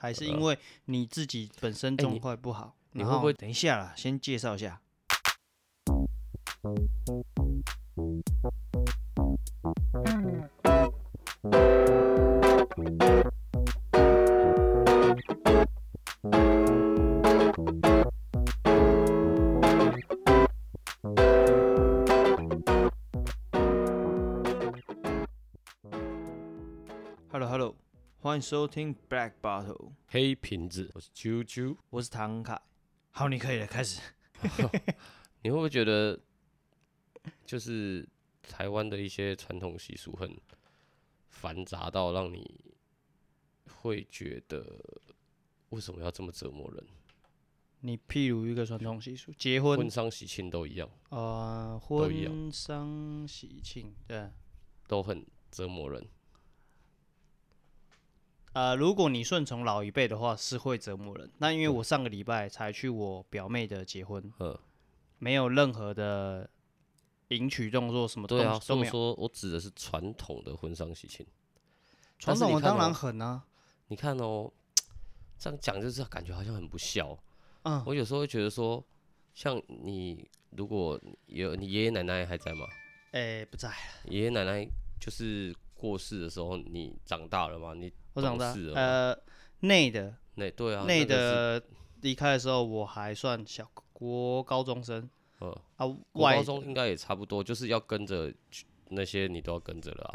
还是因为你自己本身状况不好？ 你会不会等一下啦？先介绍一下。Hello， 欢迎收听 Black Bottle， 黑瓶子，我是啾啾， 我是唐凯。好，你可以了，开始。 你会不会觉得，就是台湾的一些传统习俗很繁杂到让你会觉得为什么要这么折磨人？ 你譬如一个传统习俗，结婚、 婚丧喜庆都一样， 婚丧喜庆，对， 都很折磨人。 如果你顺从老一辈的话，是会折磨人。那因为我上个礼拜才去我表妹的结婚，没有任何的迎娶动作，什么对啊， 都没有。 所以说我指的是传统的婚丧喜庆。 传统的当然狠啊。 你看哦，这样讲就是感觉好像很不孝。 嗯， 我有时候会觉得说，像你如果有你爷爷奶奶还在吗？ 不在了。 爷爷奶奶就是过世的时候，你长大了吗？你我长大了内的对啊， 内的离开的时候我还算小，国高中生。 国高中应该也差不多，就是要跟着那些你都要跟着了啊。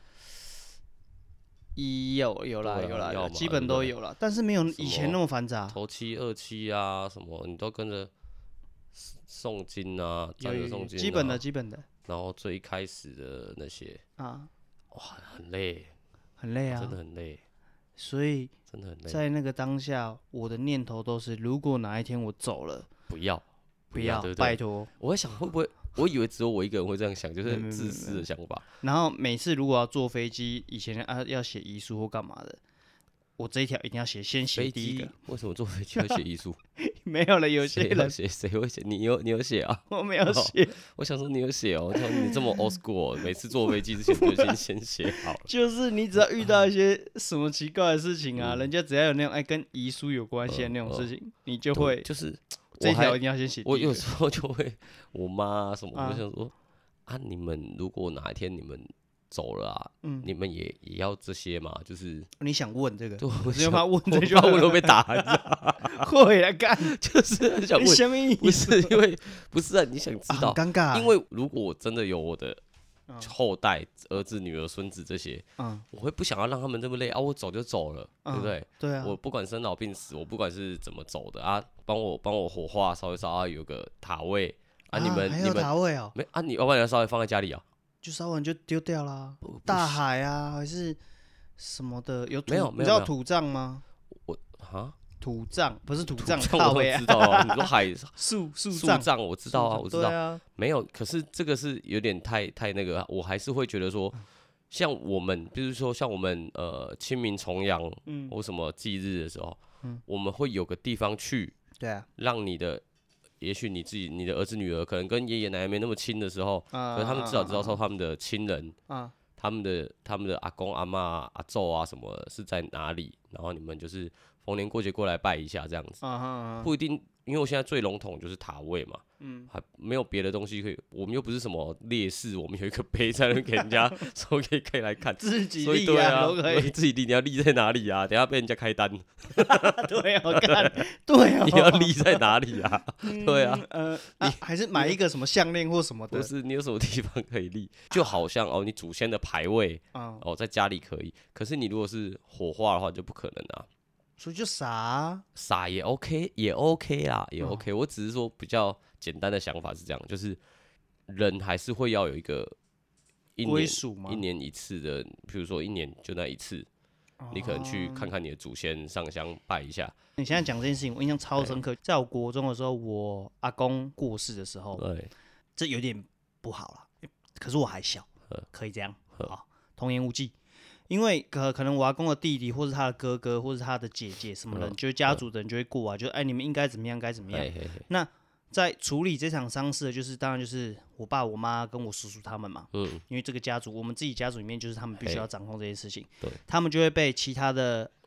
有啦，基本都有啦，但是没有以前那么繁杂。 头七、二七啊，什么你都跟着诵经啊，站着诵经啊， 基本的。 然后最一开始的那些哇，很累， 很累啊， 真的很累。 所以真的很累， 在那个当下，我的念头都是：如果哪一天我走了， 不要， 对不对？拜托。 我会想，会不会？我以为只有我一个人会这样想，就是很自私的想法。 然后每次如果要坐飞机，以前要写遗书或干嘛的，我这一条一定要先写第一个。 为什么坐飞机要写遗书？ 没有了，有些人谁会写？你有写啊？ 我没有写。 我想说你有写哦，你这么 old school， 每次坐飞机之前就先写好了。 就是你只要遇到一些什么奇怪的事情啊，人家只要有那种跟遗书有关系的那种事情，你就会就是这条一定要先写。 我有时候就会，我妈什么，我想说你们如果哪一天你们走了啊，你们也要这些嘛？就是你想问这个， 我就怕问这句， 问都被打，你知道吗？ 会来干， 就是很想问， 什么意思？ 不是因为不是啊，你想知道， 很尴尬。 因为如果我真的有我的后代、儿子、女儿、孙子这些，我会不想要让他们这么累啊！我走就走了，对不对？ 对啊， 我不管生老病死，我不管是怎么走的啊，帮我火化烧一烧啊，有个塔位啊，你们还有塔位哦？ 没啊？你要不然要稍微放在家里啊？ 就烧完就丢掉啦。大海啊，还是什么的？ 没有？ 你知道土葬吗？土葬不是土葬， 我都知道啊。你说海树葬，我知道啊，我知道。 啊， 没有，可是这个是有点太那个，我还是会觉得说，像我们，比如说像我们清明重阳，或什么忌日的时候，我们会有个地方去， 对啊， 让也许你的儿子女儿可能跟爷爷奶奶没那么亲的时候，可是他们至少知道说他们的亲人，他们的阿公阿嬷阿祖啊什么是在哪里，然后你们就是逢年过节过来拜一下这样子，不一定，因为我现在最笼统就是塔位嘛，还没有别的东西可以，我们又不是什么烈士，我们有一个碑在那边给人家说可以来看， 自己立都可以，自己立，你要立在哪里啊？等一下被人家开单， 对啊，对啊， 你要立在哪里啊？对啊， 你还是买一个什么项链或什么的， 不是你有什么地方可以立？就好像你祖先的牌位，在家里可以，可是你如果是火化的话就不可能啊。 所以就撒也 OK 啦，也 OK。我只是说比较简单的想法是这样，就是人还是会要有一个归属吗？ 一年一次的，比如说一年就那一次，你可能去看看你的祖先，上香拜一下。 你现在讲这件事情，我印象超深刻。在我国中的时候，我阿公过世的时候，这有点不好了。可是我还小，可以这样，童言无忌。因为可能我阿公的弟弟，或是他的哥哥，或是他的姐姐，什么人，就是家族的人就会过啊，就你们应该怎么样，该怎么样。那在处理这场丧事的，当然就是我爸、我妈跟我叔叔他们嘛。因为这个家族，我们自己家族里面，就是他们必须要掌控这些事情。他们就会被其他的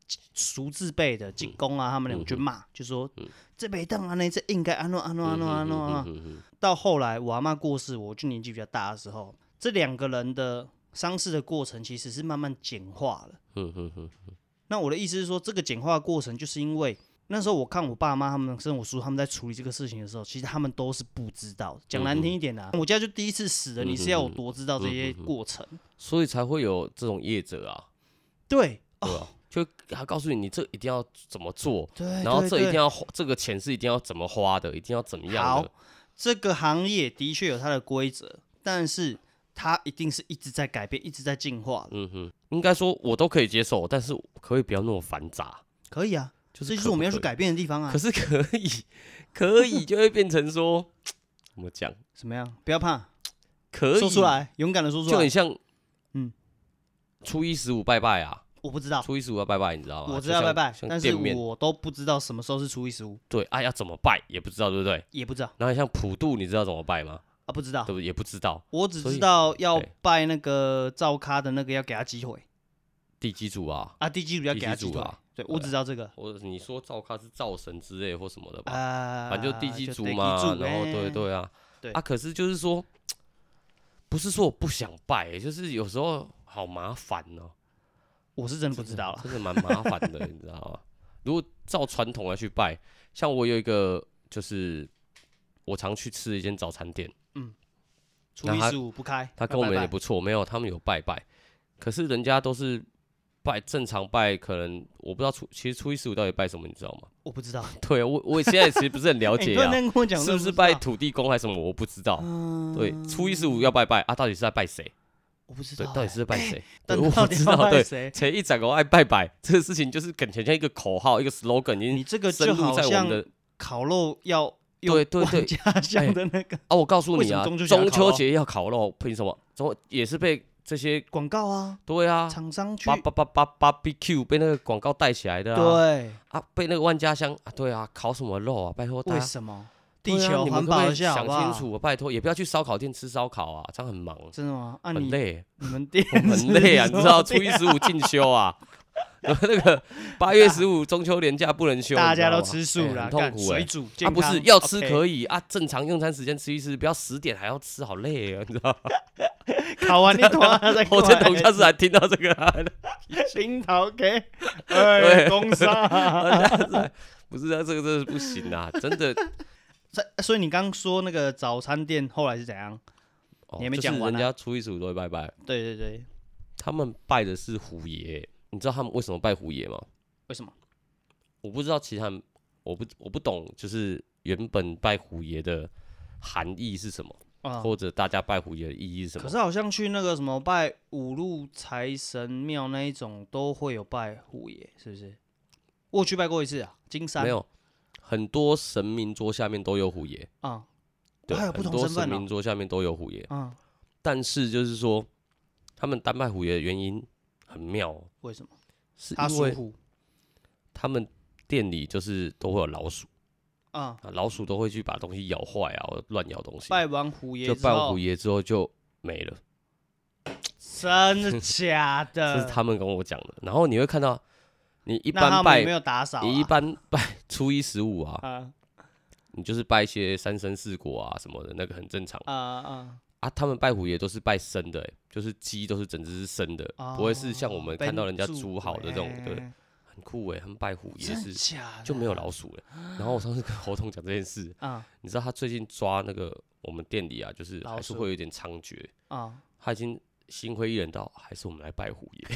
熟字辈的济公啊，他们两个就骂，就说这没当啊，那这应该安诺。到后来我阿嬷过世，我就年纪比较大的时候，这2个人的丧事的过程其实是慢慢简化了。那我的意思是说，这个简化的过程，就是因为那时候我看我爸妈他们跟我叔他们在处理这个事情的时候，其实他们都是不知道的。讲难听一点啊，我家就第一次死了，你是要我多知道这些过程， 所以才会有这种业者啊。 对， 就他告诉你，你这一定要怎么做， 对， 然后这一定要这个钱是一定要怎么花的，一定要怎么样的。 好，这个行业的确有它的规则，但是它一定是一直在改变，一直在进化的。 应该说我都可以接受，但是可不可以不要那么繁杂？ 可以啊，这就是我们要去改变的地方啊。 可是可以就会变成说，怎么讲？ 怎么样？不要怕， 可以说出来，勇敢的说出来。 就很像，初一15拜拜啊。 我不知道， 初一15要拜拜，你知道吗？ 我知道拜拜，但是我都不知道什么时候是初一15。 对啊，要怎么拜也不知道，对不对？ 也不知道。 然后像普渡，你知道怎么拜吗？ 啊，不知道， 对不对？也不知道。 我只知道要拜那个灶咖的那个要给他机会。 地基主啊， 地基主要给他机会啊。对，我只知道这个。 或者你说灶咖是灶神之类或什么的吧？ 反正就地基主嘛。然后对啊， 对啊，可是就是说，不是说我不想拜，就是有时候好麻烦哦。 我是真的不知道了， 真的蛮麻烦的，你知道吗？如果照传统来去拜，像我有一个，就是我常去吃的一间早餐店， 初一15不开， 他跟我们也不错，没有他们有拜拜，可是人家都是拜正常拜，可能我不知道其实初一15到底拜什么，你知道吗？ 我不知道。 对，我现在其实不是很了解啊，是不是拜土地公还是什么？我不知道。对，初一15要拜拜啊，到底是在拜谁？ 我不知道， 到底是在拜谁？ 我不知道，对， 谁一整个爱拜拜，这个事情就是很像一个口号，一个 slogan， 你这个就好像烤肉要对家乡的那个我告诉你啊，中秋节要烤肉，凭什么？也是被这些广告啊， 对啊， 厂商去 BBQ 被那个广告带起来的啊， 对啊，被那个万家香啊，对啊，烤什么肉啊？拜托大家， 为什么？地球环保一下， 想清楚，拜托，也不要去烧烤店吃烧烤啊，这样很忙。 真的吗？ 很累， 你们店很累啊，你知道初一15进修啊，那个8月15中秋连假不能休， 大家都吃素啦， 很痛苦水煮啊，不是要吃可以啊，正常用餐时间吃一吃，不要10点还要吃，好累啊，你知道吗？ 烤完一团再我在同下次还听到这个， 樱桃给，工商， 不是啊，这个真的不行啊，真的。 所以你刚说那个早餐店后来是怎样？你还没讲完。 人家初一15都会拜拜。 对， 他们拜的是虎爷，你知道他们为什么拜虎爷吗？ 为什么？ 我不知道，其他人我不懂，就是原本拜虎爷的含义是什么，或者大家拜虎爷的意义是什么？ 可是好像去那个什么拜五路财神庙那一种都会有拜虎爷，是不是？我去拜过一次啊，金山没有。很多神明桌下面都有虎爷对， 还有不同身份很多神明桌下面都有虎爷但是就是说，他们单拜虎爷的原因很妙为什么？ 是因为他们店里就是都会有老鼠老鼠都会去把东西咬坏啊，乱咬东西。 拜完虎爷之后就没了， 真的假的？ 这是他们跟我讲的。然后你会看到。你一般拜没有打扫， 你一般拜初一15你就是拜一些三生四果啊什么的，那个很正常他们拜虎爷都是拜生的，就是鸡都是整只是生的，不会是像我们看到人家煮好的这种，对，很酷他们拜虎爷是就没有老鼠了。然后我上次跟侯董讲这件事你知道他最近抓那个我们店里就是还是会有点猖獗他已经心灰意冷到还是我们来拜虎爷。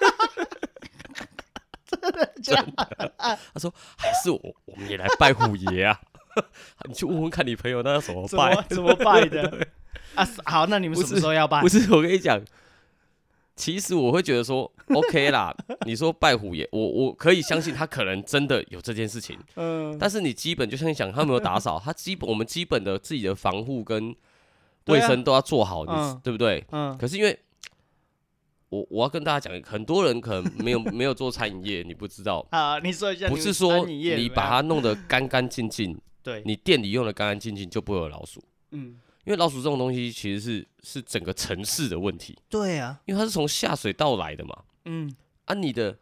真的，他说还是我们也来拜虎爷啊！你去问问看你朋友那要怎么拜， 怎么拜的好，那你们什么时候要拜？ 不是，我跟你讲，其实我会觉得说 ，OK 啦。你说拜虎爷，我可以相信他可能真的有这件事情。但是你基本就像你讲，他没有打扫，我们基本的自己的防护跟卫生都要做好，对不对？可是因为。我要跟大家讲，很多人可能没有做餐饮业，你不知道你说一下， 不是说你把它弄得干干净净， 对， 你店里用的干干净净就不会有老鼠，因为老鼠这种东西其实是整个城市的问题， 对啊， 因为它是从下水道来的嘛，你的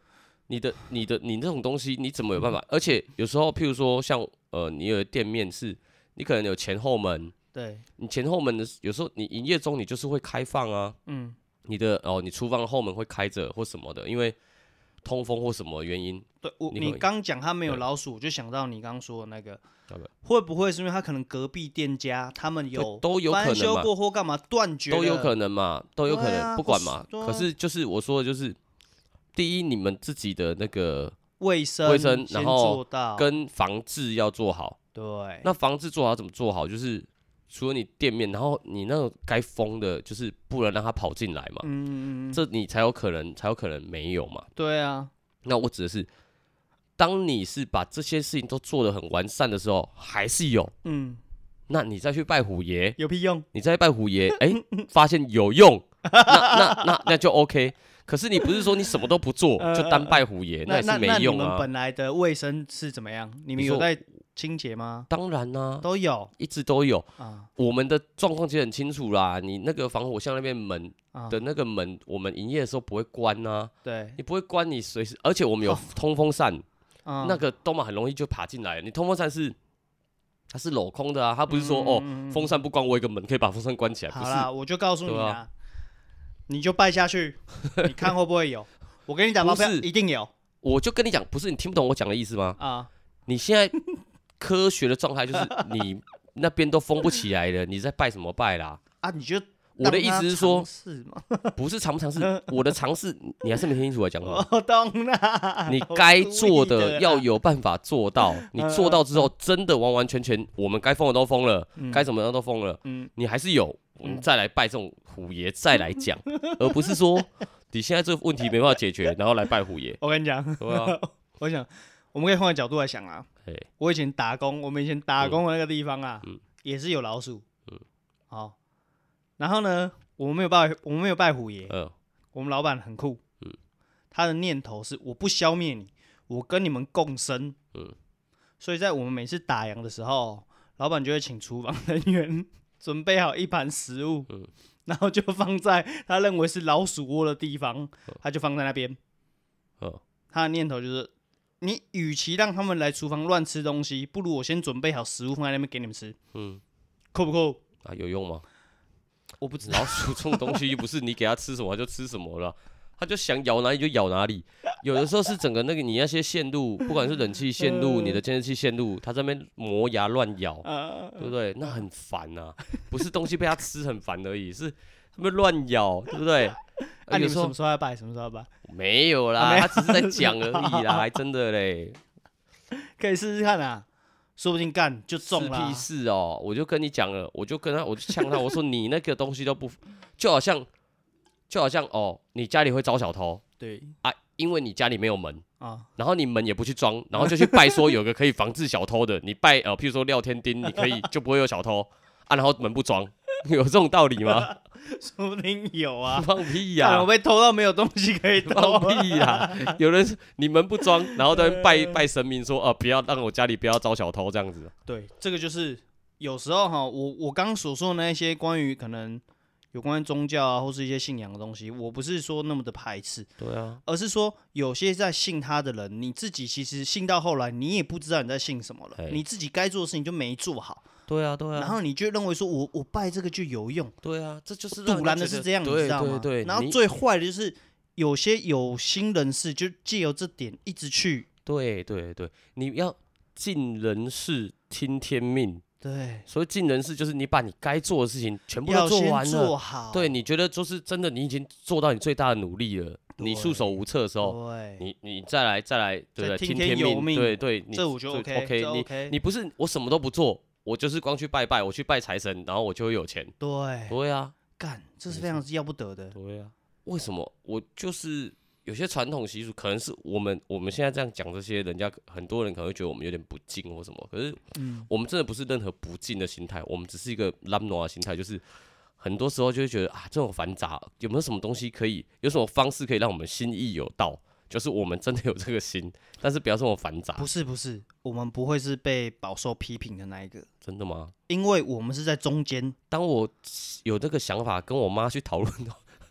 你那种东西你怎么有办法？而且有时候，譬如说像你有的店面是，你可能有前后门， 对， 你前后门的有时候你营业中你就是会开放啊，你厨房的后门会开着或什么的，因为通风或什么原因。 对，你刚讲他没有老鼠，我就想到你刚刚说的那个，会不会是因为他可能隔壁店家他们都有可能翻修过或干嘛断绝， 都有可能嘛，都有可能，不管嘛。可是就是我说的就是，第一，你们自己的那个卫生， 然后跟防治要做好。 对， 那防治做好怎么做好？就是除了你店面，然后你那种该封的，就是不能让它跑进来嘛。这你才有可能没有嘛。 对啊。 那我指的是，当你是把这些事情都做得很完善的时候，还是有。那你再去拜虎爷， 有屁用？ 你再拜虎爷，发现有用，那就 OK。可是你不是说你什么都不做就单拜虎爷，那也是没用啊。 那你们本来的卫生是怎么样？你们有在清洁吗？ 当然啦， 都有， 一直都有。我们的状况其实很清楚啦。你那个防火巷那边门的那个门，我们营业的时候不会关啊。 对， 你不会关，你随时，而且我们有通风扇，那个都嘛很容易就爬进来。你通风扇它是镂空的啊，它不是说风扇不关，我有一个门可以把风扇关起来。 好啦，我就告诉你啊，你就拜下去，你看会不会有？我跟你讲，一定有。 我就跟你讲，不是你听不懂我讲的意思吗？你现在科学的状态就是你那边都封不起来了，你在拜什么拜啦？ 你就我的意思是说，不是尝不尝试，我的尝试你还是没听清楚我讲话。 我懂了， 你该做的要有办法做到，你做到之后，真的完完全全，我们该封的都封了，该怎么样都封了，你还是有，我们再来拜这种虎爷，再来讲，而不是说你现在这个问题没办法解决，然后来拜虎爷。 我跟你讲，我想我们可以换个角度来想啊。我以前打工，我们以前打工的那个地方啊，也是有老鼠。好，然后呢，我们没有拜虎爷。我们老板很酷。他的念头是我不消灭你，我跟你们共生。所以在我们每次打烊的时候，老板就会请厨房人员准备好一盘食物，然后就放在他认为是老鼠窝的地方，他就放在那边。他的念头就是。你与其让他们来厨房乱吃东西，不如我先准备好食物放在那边给你们吃。酷不酷？ 有用吗？ 我不知道。 老鼠这种东西又不是你给它吃什么它就吃什么了，它就想咬哪里就咬哪里。有的时候是整个你那些线路，不管是冷气线路、你的监视器线路，它在那边磨牙乱咬，对不对？那很烦啊，不是东西被它吃很烦而已，是他们乱咬，对不对？ 你们什么时候要拜？什么时候要拜？ 没有啦，他只是在讲而已啦，还真的嘞。 可以试试看啊，说不定干就中了。 屁事哦！我就跟你讲了，我就呛他，我说你那个东西都不，就好像你家里会招小偷， 对啊，因为你家里没有门啊，然后你门也不去装，然后就去拜说有个可以防治小偷的，你拜譬如说廖天丁，你可以就不会有小偷啊，然后门不装，有这种道理吗？ 说不定有啊！ 放屁呀！ 我被偷到没有东西可以偷。 放屁呀！有人你门不装，然后在拜神明说不要让我家里不要招小偷这样子。 对，这个就是有时候哈，我刚刚所说的那些关于可能有关于宗教啊或是一些信仰的东西，我不是说那么的排斥， 对啊， 而是说有些在信他的人，你自己其实信到后来，你也不知道你在信什么了，你自己该做的事情就没做好。 对啊，对啊， 然后你就认为说我拜这个就有用， 对啊，这就是堵拦的是这样，你知道吗？ 对， 然后最坏的就是有些有心人士就借由这点一直去， 对，你要尽人事听天命， 对， 所以尽人事就是你把你该做的事情全部都做完了， 做好， 对，你觉得就是真的，你已经做到你最大的努力了，你束手无策的时候，你再来，对不对？听天命，对， 这我就 OK， 你不是我什么都不做。我就是光去拜拜，我去拜财神，然后我就会有钱。对啊， 干，这是非常要不得的。 对啊，为什么？我就是有些传统习俗，可能是我们现在这样讲这些，人家很多人可能会觉得我们有点不敬或什么。可是，我们真的不是任何不敬的心态，我们只是一个懒惰的心态，就是很多时候就会觉得这种繁杂，有没有什么东西可以，有什么方式可以让我们心意有到？就是我们真的有这个心，但是不要这么繁杂。 不是，我们不会是被饱受批评的那一个。 真的吗？ 因为我们是在中间。 当我有这个想法跟我妈去讨论，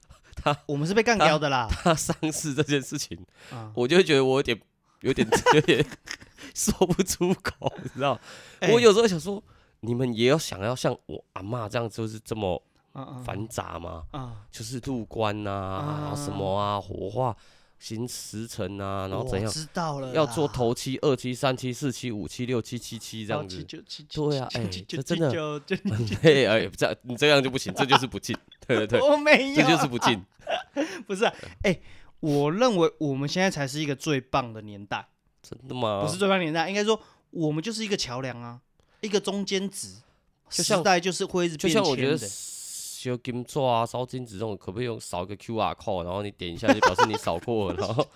我们是被干掉的啦。 他上市这件事情，我就会觉得我有点说不出口，你知道？我有时候想说，你们也要想要像我阿嬷这样，就是这么繁杂吗？就是入关啊，然后什么啊，火化。行时辰啊，然后怎样？ 知道了， 要做头七、二七、三七、4七、5七、6七、7七这样子。对啊，这真的很累你这样就不行，这就是不敬。对， 我没有， 这就是不敬。 不是我认为我们现在才是一个最棒的年代。 真的吗？ 不是最棒的年代，应该说我们就是一个桥梁啊，一个中间值。时代就是会一直变迁的。 就像我觉得。烧金纸啊，烧金纸这种，可不可以用扫个 QR code， 然后你点一下就表示你扫过了，然后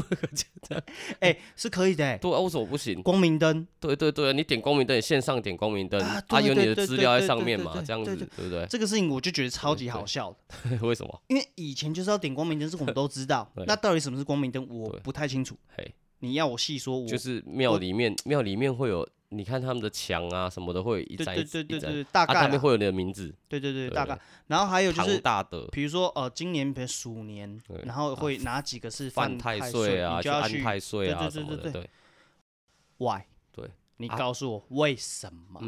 是可以的。 对啊，为什么不行？ 光明灯。 对，你点光明灯，线上点光明灯，有你的资料在上面嘛，这样子，对不对？ 这个事情我就觉得超级好笑的。 为什么？ 因为以前就是要点光明灯，是我们都知道。那到底什么是光明灯，我不太清楚。你要我细说， 就是庙里面会有。你看他们的墙啊什么的，会有一盏， 对，大概上面会有你的名字， 对，大概。然后还有就是， 大德， 比如说今年比如鼠年，然后会哪几个是犯太岁啊， 你就要安太岁啊什么的，对。 Why？ 对， 你告诉我为什么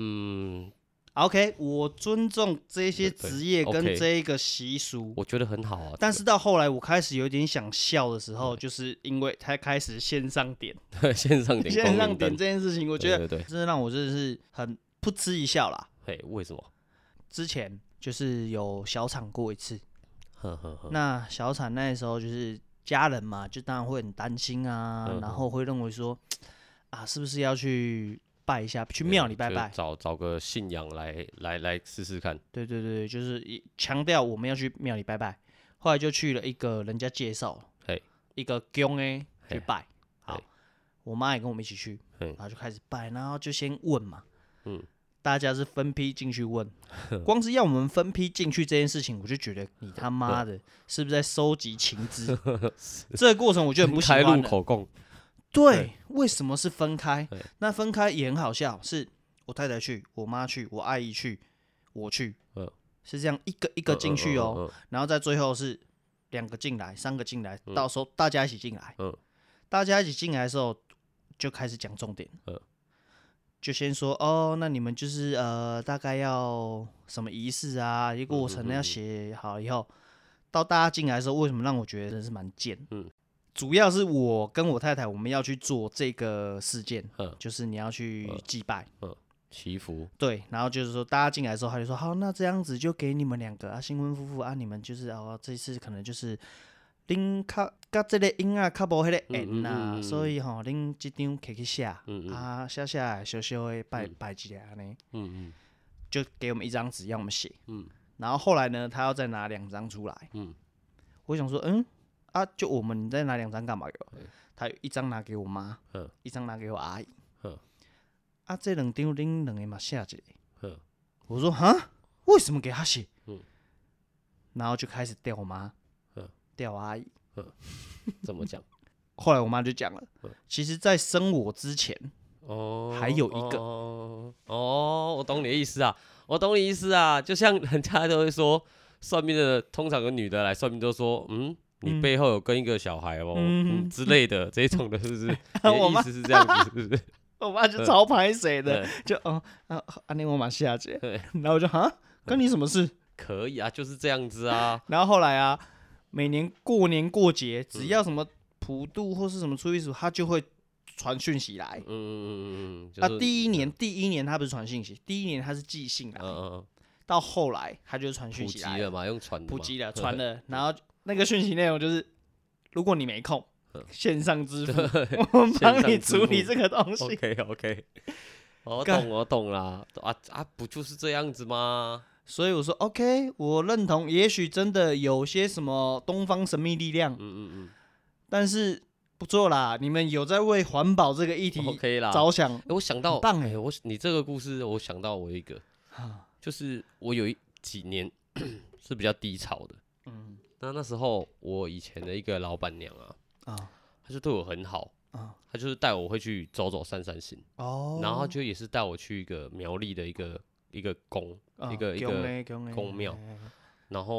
？OK， 我尊重这些职业跟这一个习俗， 我觉得很好啊。 但是到后来我开始有点想笑的时候，就是因为他开始线上点线上点这件事情，我觉得真的让我真的是很噗嗤一笑啦。 为什么？ 之前就是有小产过一次，那小产那时候就是家人嘛，就当然会很担心啊，然后会认为说是不是要去拜一下，去庙里拜拜， 找个信仰来试试看。 对，就是强调我们要去庙里拜拜。后来就去了一个人家介绍，一个宫去拜。好，我妈也跟我们一起去，然后就开始拜，然后就先问嘛，大家是分批进去问，光是要我们分批进去这件事情，我就觉得你他妈的是不是在收集情资？这个过程我就很不喜欢了。 开路口供。 对，为什么是分开？那分开也很好笑，是我太太去，我妈去，我阿姨去，我去，是这样一个一个进去哦，然后在最后是2个进来，3个进来，到时候大家一起进来，大家一起进来的时候就开始讲重点，就先说那你们就是大概要什么仪式啊，一个过程要写好以后，到大家进来的时候，为什么让我觉得真是蛮贱？主要是我跟我太太，我们要去做这个事件，就是你要去祭拜， 祈福。对， 然后就是说大家进来的时候，他就说好，那这样子就给你们2个新婚夫妇你们就是这次可能就是恁甲这个音较无迄个缘啦，所以恁这张摕去写，写小小的拜一下安尼，就给我们1张纸让我们写，然后后来呢，他要再拿2张出来，我想说就我们再拿2张干嘛哟？他1张拿给我妈，1张拿给我阿姨。这2张恁2个嘛写一个。我说为什么给他写？然后就开始调我妈，调我阿姨。 怎么讲？ 后来我妈就讲了，其实，在生我之前，还有一个。 我懂你的意思啊，就像人家都会说，算命的通常有女的来算命，都说你背后有跟一个小孩之类的这种的，是不是？你的意思是这样子，是不是？ 我妈就超拍谁的，就安尼我马下姐，然后我就跟你什么事？ 可以啊，就是这样子啊。 然后后来每年过年过节，只要什么普渡或是什么初一十五，他就会传讯息来。第一年他不是传讯息，第一年他是寄信来。到后来他就传讯息来。 普及了嘛，用传的。 普及了，传了，然后那个讯息内容就是，如果你没空。线上支付，我们帮你处理这个东西。 OK， 我懂啦。不就是这样子吗？ 所以我说 OK， 我认同。也许真的有些什么东方神秘力量，但是不错啦，你们有在为环保这个议题着想。 我想到， 很棒你这个故事，我想到我一个，就是我有几年是比较低潮的。那时候我以前的一个老板娘他就对我很好，他就是带我会去走走散散心，然后就也是带我去一个苗栗的一个宫，一个宫庙，然后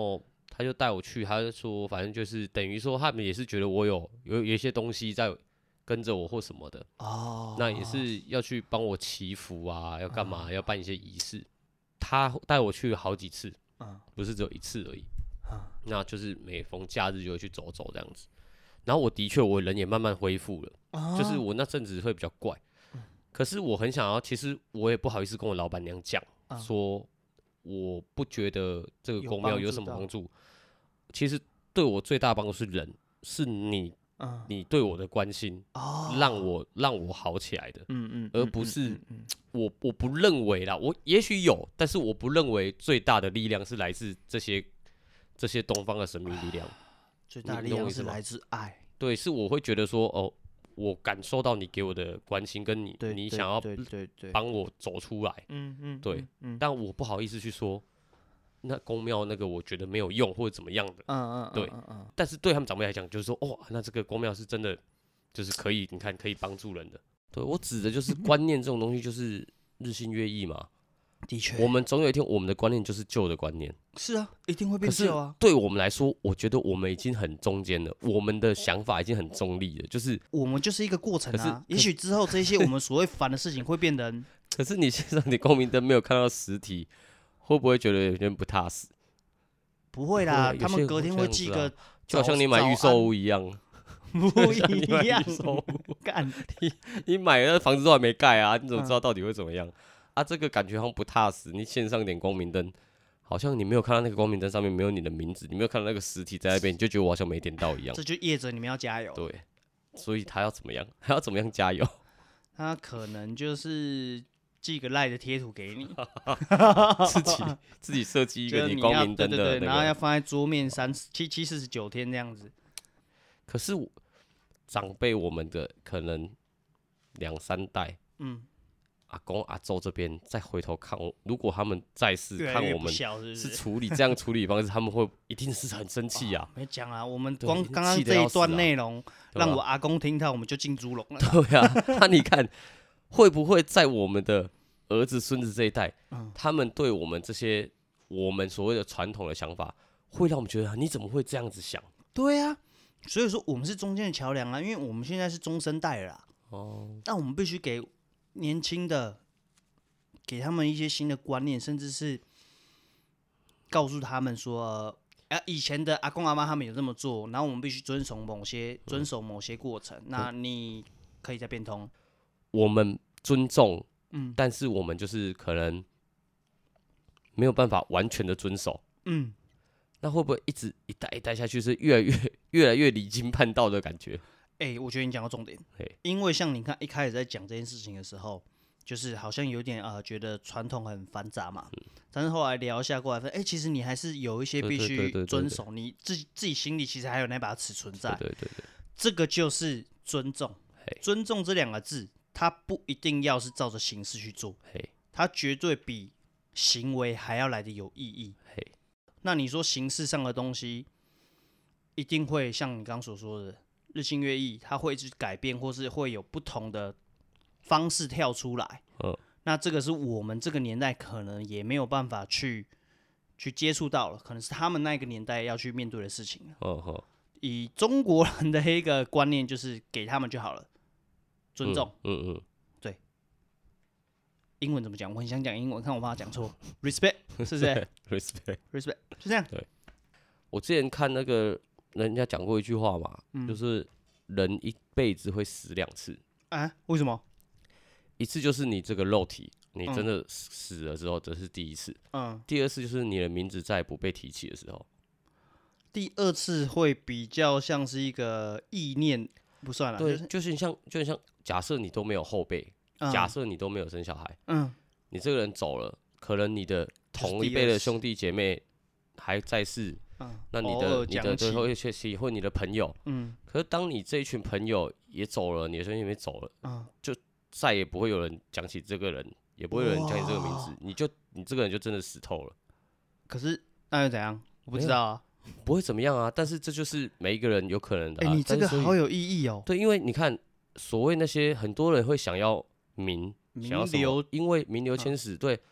他就带我去，他就说，反正就是等于说，他们也是觉得我有一些东西在跟着我或什么的，那也是要去帮我祈福啊，要干嘛，要办一些仪式。他带我去好几次，不是只有一次而已。那就是每逢假日就会去走走这样子。然后我人也慢慢恢复了，就是我那阵子会比较怪，可是我很想要，其实我也不好意思跟我老板娘讲，说我不觉得这个公庙有什么帮助。其实对我最大的帮助是人，是你对我的关心，让我好起来的，而不是我不认为啦，我也许有，但是我不认为最大的力量是来自这些东方的神秘力量。 最大的力量是来自爱。 对，是我会觉得说，我感受到你给我的关心，跟你想要帮我走出来，对，但我不好意思去说，那公庙那个我觉得没有用或者怎么样的，对，但是对他们长辈来讲，就是说，那这个公庙是真的，就是可以，你看可以帮助人的。对，我指的就是观念这种东西，就是日新月异嘛。 的确， 我们总有一天，我们的观念就是旧的观念。 是啊，一定会变旧啊。 对我们来说，我觉得我们已经很中间了，我们的想法已经很中立了，就是我们就是一个过程啊。也许之后这些我们所谓烦的事情会变得。 可是你线上你光明灯没有看到实体，会不会觉得有点不踏实？ 不会啦，他们隔天会寄个， 就好像你买预售屋一样。 不一样，干你买了房子都还没盖啊，你怎么知道到底会怎么样？这个感觉好像不踏实。你线上点光明灯，好像你没有看到那个光明灯上面没有你的名字，你没有看到那个实体在那边，你就觉得我好像没点到一样。 这就业者你们要加油。 对，所以他要怎么样？他要怎么样加油？ 他可能就是寄个赖的贴图给你， 自己设计一个你光明灯的、 对，然后要放在桌面49天这样子。 可是长辈我们的可能2-3代，阿公阿祖这边再回头看，如果他们再次看我们是处理这样处理方式，他们会一定是很生气啊。 没讲啊，我们光刚刚这一段内容，让我阿公听到，我们就进猪笼了。 对啊，那你看会不会在我们的儿子孙子这一代，他们对我们这些我们所谓的传统的想法，会让我们觉得你怎么会这样子想？ 对啊，所以说我们是中间的桥梁啊，因为我们现在是中生代了啦。但我们必须给年轻的，给他们一些新的观念，甚至是告诉他们说，以前的阿公阿妈他们有这么做，然后我们必须遵守某些过程。那你可以再变通。 我们尊重，但是我们就是可能没有办法完全的遵守。那会不会一代一代下去，是越来越离经叛道的感觉？ 我觉得你讲到重点，因为像你看一开始在讲这件事情的时候，就是好像有点觉得传统很繁杂嘛，但是后来聊一下过来分，其实你还是有一些必须遵守，你自己心里其实还有那把尺存在，对，这个就是尊重。尊重这2个字，它不一定要是照着形式去做，它绝对比行为还要来的有意义。那你说形式上的东西，一定会像你刚刚所说的。日新月异，它会一直改变，或是会有不同的方式跳出来。那这个是我们这个年代可能也没有办法去接触到了，可能是他们那个年代要去面对的事情。以中国人的一个观念，就是给他们就好了，尊重。对。英文怎么讲？我很想讲英文，看我怕讲错。respect 是不是？respect 就这样。 对。我之前看那个。人家讲过一句话嘛，就是人一辈子会死2次。 为什么？ 一次就是你这个肉体，你真的死了之后，这是第一次。第二次就是你的名字再也不被提起的时候。 第2次会比较像是一个意念，不算了。 对，就是像假设你都没有后辈，假设你都没有生小孩，你这个人走了，可能你的同一辈的兄弟姐妹还在世。那你的最后一学期或你的朋友，可是当你这一群朋友也走了，你的兄弟姐妹走了，就再也不会有人讲起这个人，也不会有人讲起这个名字，你这个人就真的死透了。 可是那又怎样？我不知道啊， 不会怎么样啊。但是这就是每一个人有可能的。 你这个好有意义哦。 对，因为你看，所谓那些很多人会想要名，想要什么？因为名留千史，对。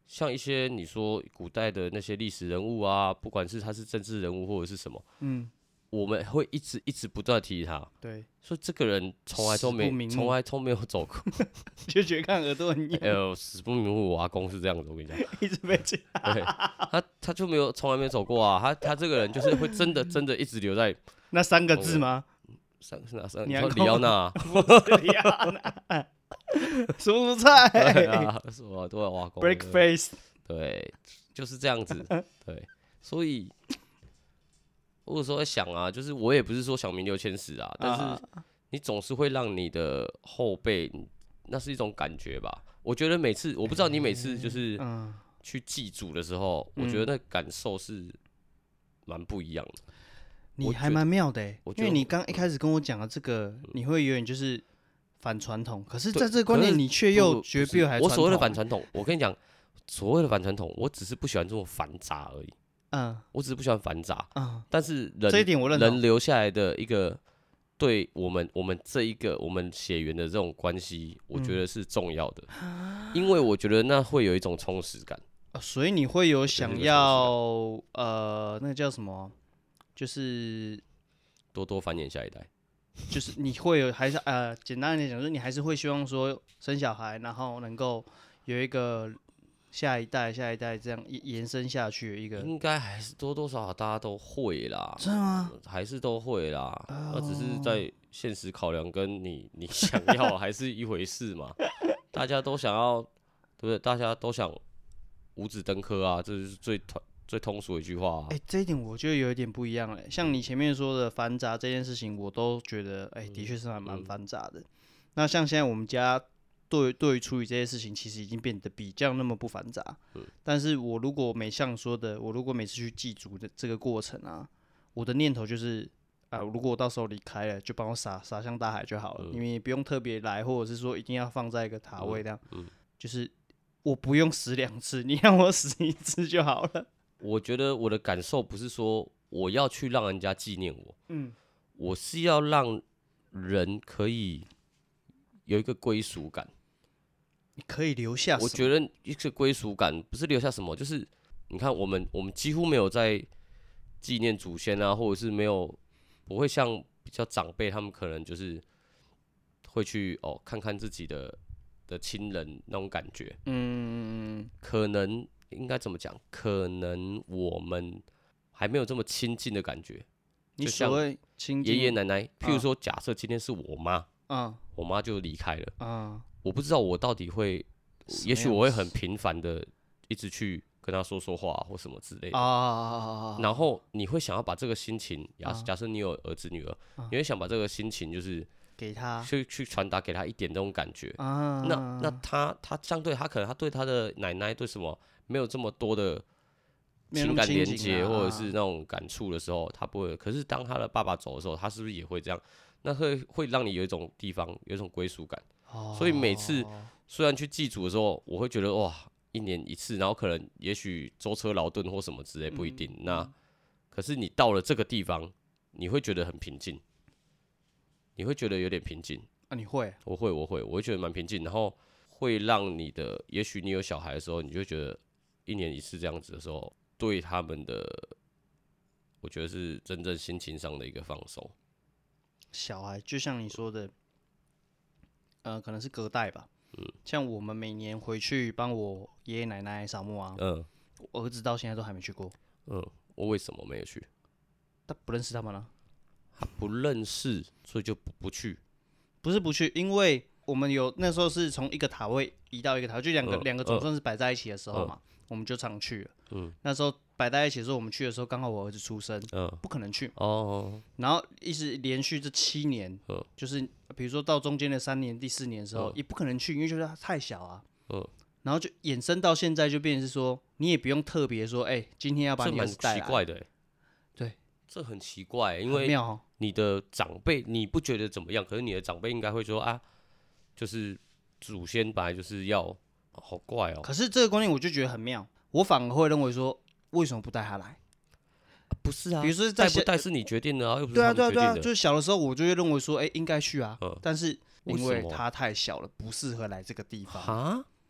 像一些你说古代的那些历史人物啊，不管是他是政治人物或者是什么，我们会一直不断提他。 对， 所以这个人从来都没有走过， 就觉得看耳朵很痒。 死不瞑目，我阿公是这样子，我跟你讲， 一直被这样。 对，他就从来没有走过啊，他这个人就是会真的一直留在那3个字吗？ 是哪3？你说李奥娜？ 李奥娜。蔬菜。 对啊，什么都要挖工。 Break face。 对，就是这样子。对，所以我有时候在想啊，就是我也不是说想名留千史啊，但是你总是会让你的后辈，那是一种感觉吧。我觉得每次，我不知道你每次就是去祭祖的时候，我觉得那感受是蛮不一样的。 你还蛮妙的因为你刚一开始跟我讲的这个，你会有点就是反传统，可是在这个观念你却又觉得比我还传统。 我所谓的反传统，我跟你讲，所谓的反传统，我只是不喜欢这种繁杂而已。我只是不喜欢繁杂。但是这一点我认同。 人留下来的一个对我们这一个我们血缘的这种关系，我觉得是重要的，因为我觉得那会有一种充实感。 所以你会有想要那个叫什么？就是多多繁衍下一代， 就是你会有还是简单一点讲，就是你还是会希望说生小孩，然后能够有一个下一代这样延伸下去的一个。 应该还是多多少少大家都会啦。 真的吗？ 还是都会啦，那只是在现实考量跟你想要还是一回事嘛。大家都想要，对不对？大家都想五子登科啊，这是最通俗的一句话这一点我觉得有一点不一样像你前面说的繁杂这件事情，我都觉得的确是还蛮繁杂的。那像现在我们家对于处理这些事情，其实已经变得比较那么不繁杂。但是我如果像说的，我如果每次去祭祖的这个过程啊，我的念头就是如果我到时候离开了，就帮我撒向大海就好了，因为不用特别来，或者是说一定要放在一个塔位这样。就是我不用死2次，你让我死1次就好了。 我觉得我的感受不是说我要去让人家纪念我，我是要让人可以有一个归属感。 你可以留下什么？ 我觉得一个归属感不是留下什么，就是你看我们几乎没有在纪念祖先啊，或者是不会像比较长辈他们可能就是会去看看自己的亲人那种感觉。可能。应该怎么讲？可能我们还没有这么亲近的感觉。 你所谓亲近， 爷爷奶奶，譬如说，假设今天是我妈，我妈就离开了，我不知道我到底会，也许我会很频繁的一直去跟她说话或什么之类的然后你会想要把这个心情，假设你有儿子女儿，你会想把这个心情就是给他去传达给他一点这种感觉那他相对他可能他对他的奶奶对什么没有这么多的情感连接或者是那种感触的时候，他不会。可是当他的爸爸走的时候，他是不是也会这样？那会让你有一种地方有一种归属感。所以每次虽然去祭祖的时候，我会觉得哇，1年1次，然后可能也许舟车劳顿或什么之类不一定。那可是你到了这个地方，你会觉得很平静，你会觉得有点平静你会？ 我会觉得蛮平静，然后会让你的，也许你有小孩的时候，你就觉得1年1次这样子的时候，对他们的，我觉得是真正心情上的一个放松。 小孩就像你说的，可能是隔代吧。像我们每年回去帮我爷爷奶奶扫墓啊，我儿子到现在都还没去过。 我为什么没有去？ 他不认识他们了。 他不认识，所以就不去。 不是不去，因为我们那时候是从一个塔位移到一个塔位，就两个总算是摆在一起的时候嘛，我们就常去了。那时候摆在一起的时候，我们去的时候刚好我儿子出生，不可能去。然后一直连续这7年，就是比如说到中间的3年、第4年的时候，也不可能去，因为觉得他太小啊。然后就衍生到现在，就变成是说，你也不用特别说，今天要把你儿子带来。 这蛮奇怪的。 对， 这很奇怪，因为你的长辈你不觉得怎么样，可是你的长辈应该会说啊，就是祖先本来就是要，好怪哦。 可是这个观念我就觉得很妙，我反而会认为说，为什么不带他来？ 不是啊， 比如说带不带是你决定的啊，又不是他们决定的。 对啊，就是小的时候我就会认为说，应该去啊，但是因为他太小了，不适合来这个地方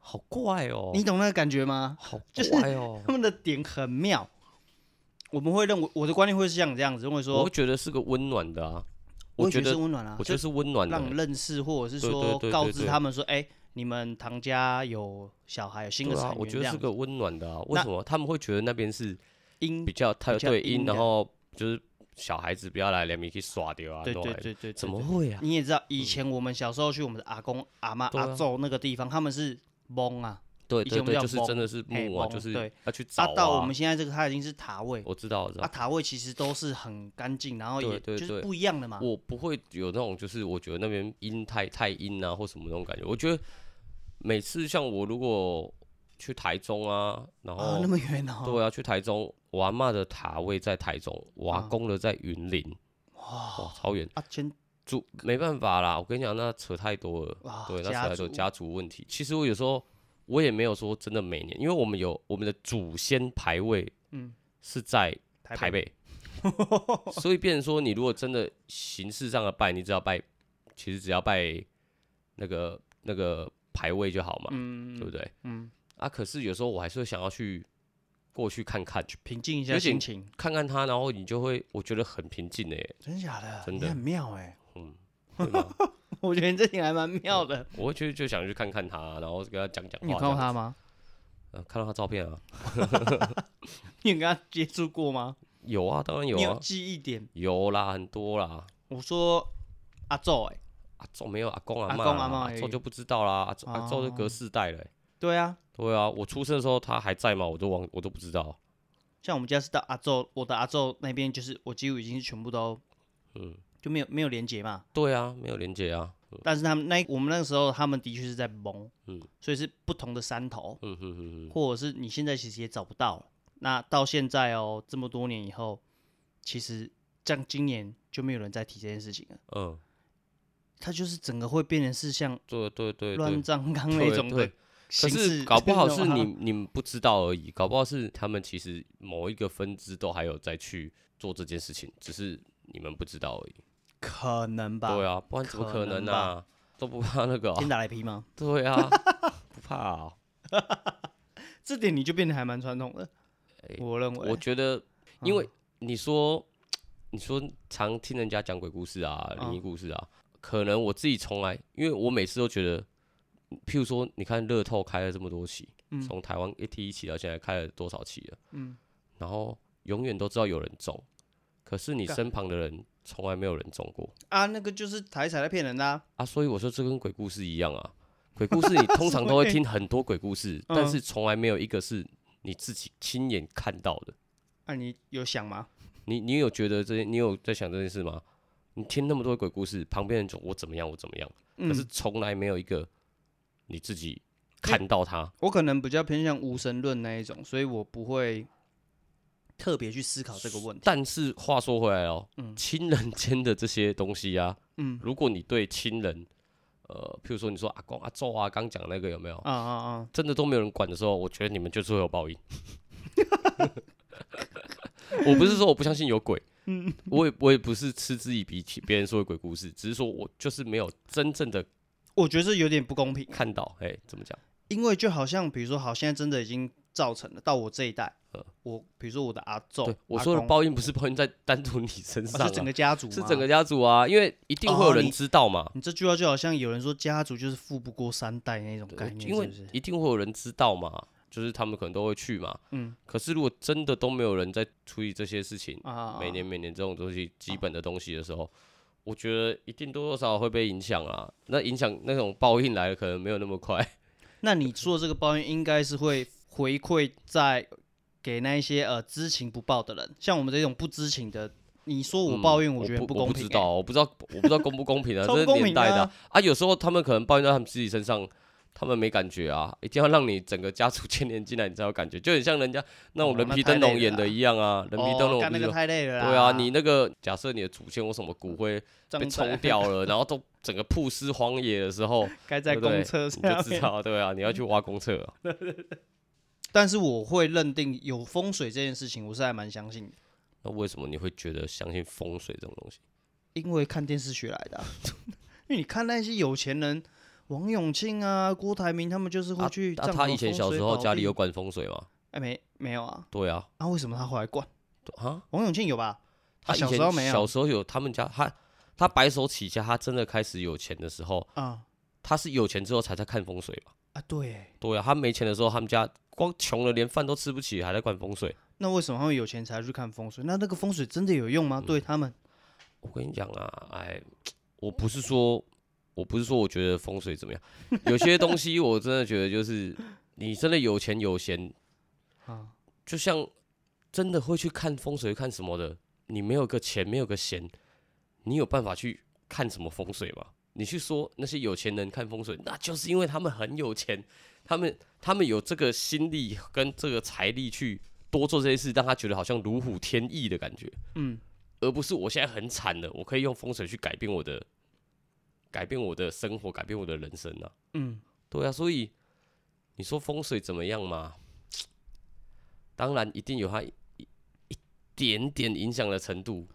好怪哦， 你懂那个感觉吗？ 好怪哦， 他们的点很妙。我们会认为我的观念会是像这样子，认为说， 我会觉得是个温暖的啊。 我觉得是温暖啊， 我觉得是温暖的， 让认识或者是说告知他们说，你们唐家有小孩，有新的成员， 我觉得是个温暖的啊。为什么他们会觉得那边是阴比较对阴，然后就是小孩子不要来两米去耍掉啊？ 对， 怎么会啊？ 你也知道，以前我们小时候去我们的阿公、阿妈、阿祖那个地方，他们是蒙啊。 对，就是真的是墓啊，就是要去找啊。 到我们现在这个，它已经是塔位。 我知道。 塔位其实都是很干净，然后也就是不一样的嘛。 我不会有那种，就是我觉得那边阴太阴啊，或什么那种感觉。我觉得每次像我如果去台中啊，然后那么远哦。 对啊，去台中，我阿嬷的塔位在台中，我阿公的在云林，哇，超远啊！ 没办法啦，我跟你讲，那扯太多了。对，那扯太多家族问题。其实我有时候。我也没有说真的每年，因为我们有我们的祖先牌位，是在台北，所以变成说，你如果真的形式上的拜，你只要拜，其实只要拜那个牌位就好嘛，对不对？可是有时候我还是会想要过去看看， 去平静一下心情， 看看他，然后你就会，我觉得很平静耶。 真假的？ 真的你很妙哎。 对吗？ 我觉得你这点还蛮妙的。 我会就想去看看他，然后跟他讲话。 你有看到他吗？ 看到他照片啊。 你有跟他接触过吗？ 有啊，当然有啊。 你有记忆点？ 有啦，很多啦。 我说阿祖阿祖没有阿公阿嬷， 阿祖就不知道啦。阿祖就隔世代了。 对啊， 我出生的时候他还在吗？我都不知道。 像我们家是到阿祖，我的阿祖那边就是我几乎已经是全部都，就没有连结嘛。 对啊，没有连结啊。 但是我们那个时候，他们的确是在蒙，所以是不同的山头，或者是你现在其实也找不到了。那到现在这么多年以后，其实像今年就没有人再提这件事情了。它就是整个会变成是像对乱葬岗那种的形式。 可是搞不好是你们不知道而已，搞不好是他们其实某一个分支都还有再去做这件事情，只是你们不知道而已。 可能吧。 对啊，不然怎么可能啊？都不怕那个天打雷劈吗？ 对啊，不怕啊。 这点你就变得还蛮传统的。我认为， 我觉得，因为你说常听人家讲鬼故事啊、灵异故事啊，可能我自己从来，因为我每次都觉得，譬如说，你看乐透开了这么多期，从台湾第一期到现在开了多少期了，然后永远都知道有人中，可是你身旁的人从来没有人中过啊，那个就是台彩在骗人的啊。 所以我说这跟鬼故事一样啊，鬼故事你通常都会听很多鬼故事，但是从来没有一个是你自己亲眼看到的。 那你有想吗？ 你有觉得你有在想这件事吗？你听那么多鬼故事，旁边人说我怎么样，可是从来没有一个你自己看到他。 我可能比较偏向无神论那一种，所以我不会特别去思考这个问题。 但是话说回来亲人间的这些东西啊，如果你对亲人，譬如说你说阿公阿祖啊，刚讲那个有没有？真的都没有人管的时候，我觉得你们就是会有报应。我不是说我不相信有鬼，我也不是嗤之以鼻，别人说的鬼故事，只是说我就是没有真正的， 我觉得是有点不公平。 看到，怎么讲？ 因为就好像比如说，好，现在真的已经造成了到我这一代，比如说我的阿祖， 我说的报应不是报应在单独你身上， 是整个家族， 是整个家族啊，因为一定会有人知道嘛。 你这句话就好像有人说家族就是富不过3代那种概念， 因为一定会有人知道嘛。就是他们可能都会去嘛，可是如果真的都没有人在处理这些事情，每年这种东西基本的东西的时候，我觉得一定多多少少会被影响啊。那影响那种报应来的可能没有那么快。 那你说的这个报应应该是会回馈在给那一些知情不报的人，像我们这种不知情的，你说我报应，我觉得不公平。 我不知道公不公平啊，这是年代的啊。有时候他们可能报应在他们自己身上。他们没感觉啊，一定要让你整个家族牵连进来，你才有感觉，就很像人家那种人皮灯笼演的一样啊。人皮灯笼那个太累了啦。 对啊，你那个假设你的祖先或什么骨灰被冲掉了，然后都整个曝尸荒野的时候， 该在公厕上你就知道，对啊，你要去挖公厕啊。 但是我会认定有风水这件事情，我是还蛮相信的。 那为什么你会觉得相信风水这种东西？ 因为看电视学来的因为你看那些有钱人。 王永庆啊、郭台铭他们就是会去。 他以前小时候家里有管风水吗？ 没有啊。 对啊。 为什么他后来管？ 啊， 王永庆有吧？ 他小时候没有。 小时候有，他们家他白手起家，他真的开始有钱的时候，他是有钱之后才在看风水吧？ 对啊，他没钱的时候，他们家光穷了，连饭都吃不起，还在管风水。 那为什么他们有钱才去看风水？那个风水真的有用吗？对他们？ 我跟你讲啊，我不是说我觉得风水怎么样，有些东西我真的觉得就是你真的有钱有闲，就像真的会去看风水看什么的，你没有个钱没有个闲，你有办法去看什么风水吗？你去说那些有钱人看风水，那就是因为他们很有钱，他们有这个心力跟这个财力去多做这些事，让他觉得好像如虎添翼的感觉。而不是我现在很惨了，我可以用风水去改变我的生活，改变我的人生啊。对啊，所以你说风水怎么样嘛？当然一定有它一点点影响的程度。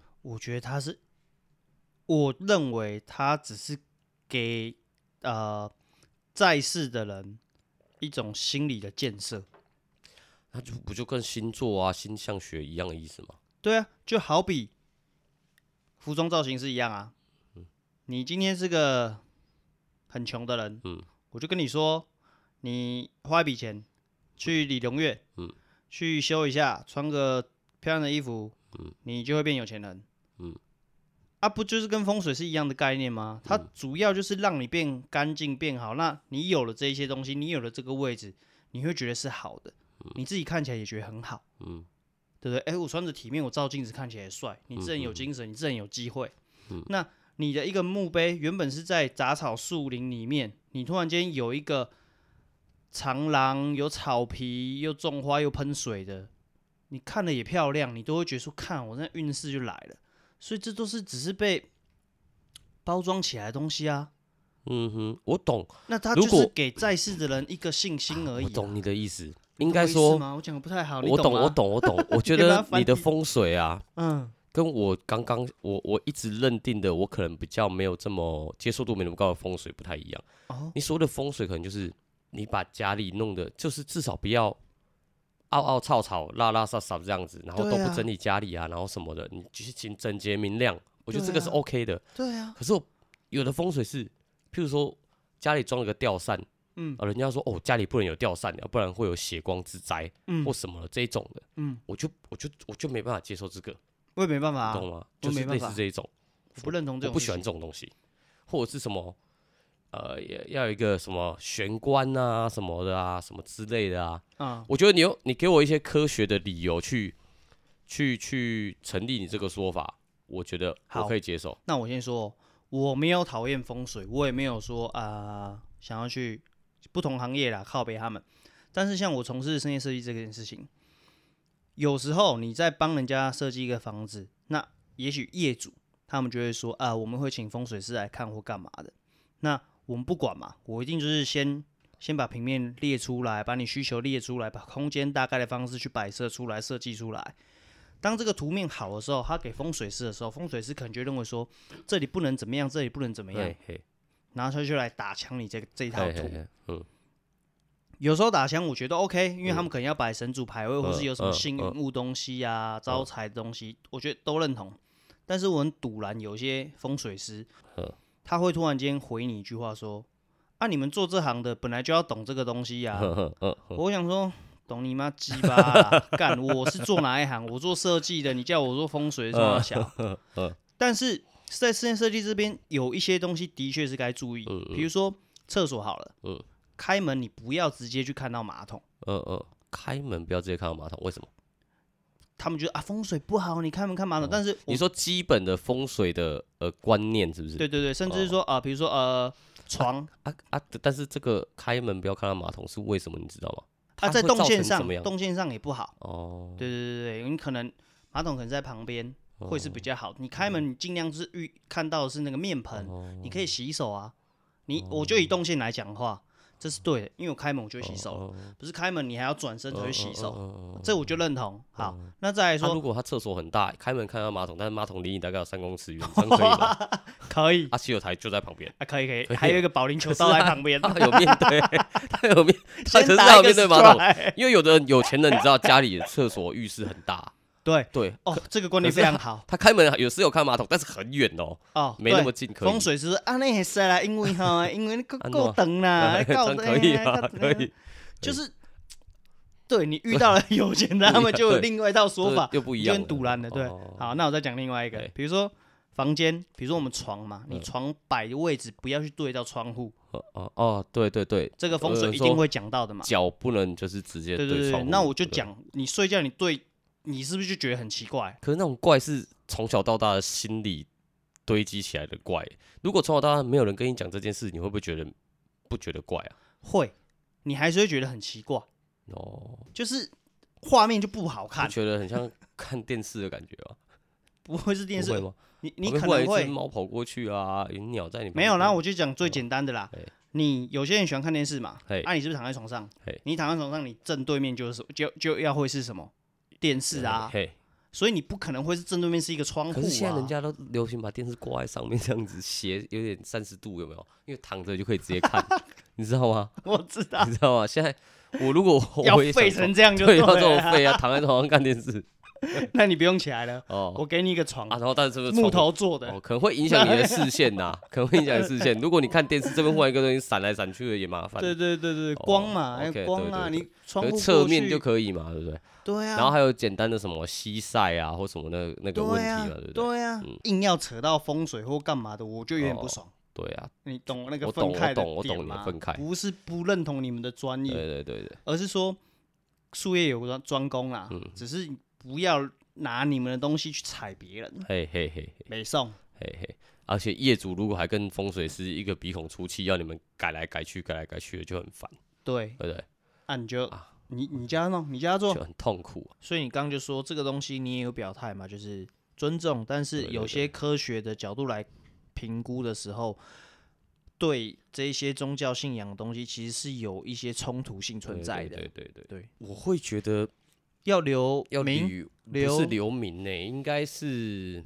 我认为它只是给在世的人一种心理的建设。 那不就跟星座啊、星象学一样的意思吗？ 对啊，就好比服装造型是一样啊。你今天是个很穷的人，我就跟你说，你花一笔钱去理容院，去修一下，穿个漂亮的衣服，你就会变有钱人。不就是跟风水是一样的概念吗？它主要就是让你变干净、变好。那你有了这些东西，你有了这个位置，你会觉得是好的，你自己看起来也觉得很好，对不对？我穿着体面，我照镜子看起来也帅，你自然有精神，你自然有机会。那你的一个墓碑原本是在杂草树林里面，你突然间有一个长廊，有草皮，又种花又喷水的，你看了也漂亮，你都会觉得说，看我那运势就来了。所以这都是只是被包装起来的东西啊。 我懂。 那他就是给在世的人一个信心而已。 我懂你的意思，应该说， 我讲的不太好， 我懂。我觉得你的风水啊，跟我刚刚我一直认定的，我可能比较没有这么接受度没那么高的风水不太一样。你所谓的风水，可能就是你把家里弄的，就是至少不要凹凹槽槽、拉拉撒撒这样子，然后都不整理家里啊，然后什么的，你就是整洁明亮，我觉得这个是 OK 的。 对啊。 可是有的风水是，譬如说家里装了个吊扇，人家说家里不能有吊扇，要不然会有血光之灾，或什么的这一种的，我就没办法接受这个。 我也没办法， 懂吗？就是类似这一种， 我不认同这种， 我不喜欢这种东西，或者是什么。要有一个什么玄关啊什么的啊，什么之类的啊。我觉得你给我一些科学的理由去成立你这个说法，我觉得我可以接受。 那我先说，我没有讨厌风水，我也没有说想要去不同行业啦靠北他们。但是像我从事室内设计这件事情，有时候你在帮人家设计一个房子，那也许业主他们就会说我们会请风水师来看或干嘛的。那我们不管嘛，我一定就是先把平面列出来，把你需求列出来，把空间大概的方式去摆设出来、设计出来。当这个图面好的时候，他给风水师的时候，风水师可能就认为说这里不能怎么样，这里不能怎么样，然后他就来打枪你这一套图。有时候打枪我觉得 OK， 因为他们可能要摆神主牌位，或是有什么幸运物东西啊、招财的东西，我觉得都认同。但是我很堵拦有些风水师。他会突然间回你一句话说：“你们做这行的本来就要懂这个东西呀。”我想说，懂你妈鸡巴啦！干，我是做哪一行？我做设计的，你叫我做风水，这么小。但是在室内设计这边，有一些东西的确是该注意，比如说厕所好了，开门你不要直接去看到马桶。 开门不要直接看到马桶，为什么？ 他们觉得风水不好，你开门看马桶。但是你说基本的风水的观念是不是？ 对，甚至是说比如说床但是这个开门不要看到马桶是为什么？你知道吗？ 它在动线上也不好。对，你可能马桶可能在旁边会是比较好。你开门你尽量是看到的是那个面盆，你可以洗手啊。我就以动线来讲的话， 这是对的，因为我开门我就会洗手，不是开门你还要转身才会洗手，这我就认同。好，那再来说， 如果他厕所很大，开门看到马桶，但是马桶离你大概有3公尺远，这样可以吗？ 可以。 洗手台就在旁边。 可以，还有一个保龄球倒在旁边。 他有面对，可是他有面对马桶，因为有的有钱人你知道家里的厕所浴室很大。 对哦，这个观念非常好。 他开门有时有看马桶，但是很远哦，没那么近。 风水师啊，那也是啦，因为你够长啦， 可以啊，可以。 就是对你遇到了有钱的，他们就有另外一套说法， 又不一样， 就很堵然的。对，好，那我再讲另外一个，比如说房间，比如说我们床嘛，你床摆的位置不要去对到窗户。 对， 这个风水一定会讲到的嘛， 脚不能就是直接对窗户。 那我就讲，你睡觉你是不是就觉得很奇怪？ 可是那种怪是从小到大的心理堆积起来的怪。如果从小到大没有人跟你讲这件事，你会不会不觉得怪啊？ 会，你还是会觉得很奇怪。就是画面就不好看， 觉得很像看电视的感觉啊。 不会是电视？ 不会吗？ 你可能会一只猫跑过去啊，有鸟在你旁边。 没有，然后我就讲最简单的啦。你有些人喜欢看电视嘛？你是不是躺在床上？你躺在床上，你正对面就要会是什么？电视啊，所以你不可能会是正对面是一个窗户啊。 可是现在人家都流行把电视挂在上面，这样子斜有点30度，有没有？因为躺着就可以直接看，你知道吗？ 我知道， 你知道吗？现在如果要废成这样就对了，要这种废啊，躺在床上看电视。 那你不用起来了我给你一个床然后但是这个木头做的可能会影响你的视线呐，可能会影响你的视线。如果你看电视这边忽然一个东西闪来闪去的也麻烦。 对，光嘛，光啊，你窗户侧面就可以嘛，对不对？ 对啊。 然后还有简单的什么西晒啊，或什么那个问题嘛，对不对？ 对啊，硬要扯到风水或干嘛的，我就有点不爽。 对啊， 你懂那个分开的点吗？ 我懂你的分开， 不是不认同你们的专业， 对， 而是说术业有专攻啦，只是不要拿你们的东西去踩别人，没送， 而且业主如果还跟风水师一个鼻孔出气，要你们改来改去的，就很烦， 对不对？ 你就你家弄，你家做， 就很痛苦。 所以你刚刚就说这个东西你也有表态嘛，就是尊重，但是有些科学的角度来评估的时候，对这些宗教信仰的东西其实是有一些冲突性存在的。对， 我会觉得。 要留名， 不是留名呢，应该是，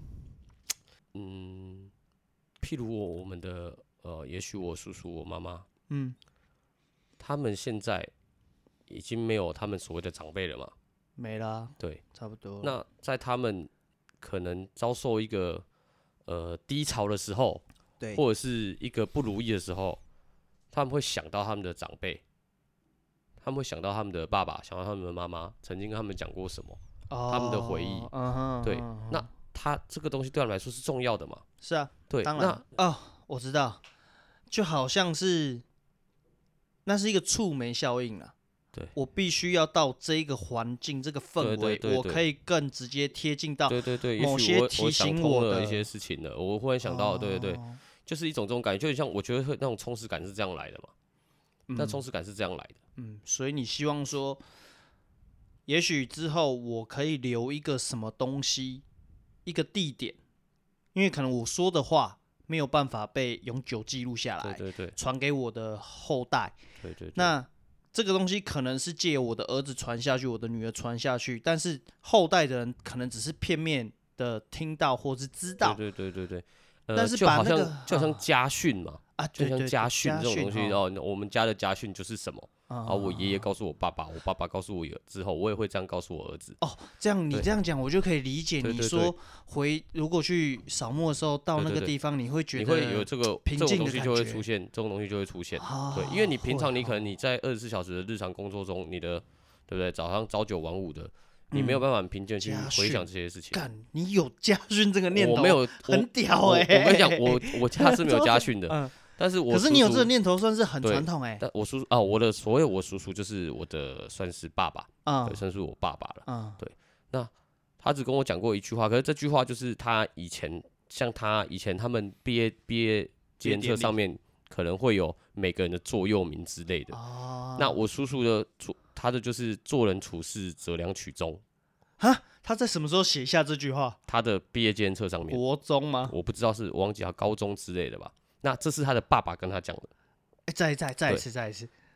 譬如我们的也许我叔叔、我妈妈，他们现在已经没有他们所谓的长辈了嘛， 没了， 对， 差不多。 那在他们可能遭受一个低潮的时候， 对， 或者是一个不如意的时候，他们会想到他们的长辈。他们会想到他们的爸爸，想到他们的妈妈曾经跟他们讲过什么，他们的回忆。对，那他这个东西对他们来说是重要的嘛？ 是啊， 对。 当然我知道，就好像是那是一个触媒效应啦。 对， 我必须要到这个环境、这个氛围，我可以更直接贴近到某些提醒我的一些事情了。我忽然想到，对，就是一种这种感觉，就像我觉得那种充实感是这样来的嘛。那充实感是这样来的。 所以你希望说，也许之后我可以留一个什么东西，一个地点，因为可能我说的话没有办法被永久记录下来， 对， 传给我的后代， 对。 那这个东西可能是借我的儿子传下去，我的女儿传下去，但是后代的人可能只是片面的听到或是知道， 对。 但是把那个就好像家训嘛，就像家训这种东西我们家的家训就是什么？我爷爷告诉我爸爸，我爸爸告诉我之后，我也会这样告诉我儿子。 这样你这样讲，我就可以理解你说如果去扫墓的时候到那个地方，你会觉得你会有这个平静的感觉，这种东西就会出现，对，因为你平常你可能你在24小时的日常工作中，你的对不对？早上朝9晚5的。你没有办法很平静去回想这些事情。 你有家训这个念头， 我没有， 很屌我跟你讲，我家是没有家训的，但是可是你有这个念头，算是很传统但我叔叔我叔叔就是我的算是爸爸，对，算是我爸爸了，对。那他只跟我讲过一句话，可是这句话就是他以前他们毕业纪念册上面可能会有每个人的座右铭之类的。那我叔叔的他的就是做人处事择良取忠。 他在什么时候写下这句话？ 他的毕业纪念册上面。 国中吗？ 我不知道，我忘记他高中之类的吧。那这是他的爸爸跟他讲的。 再一次。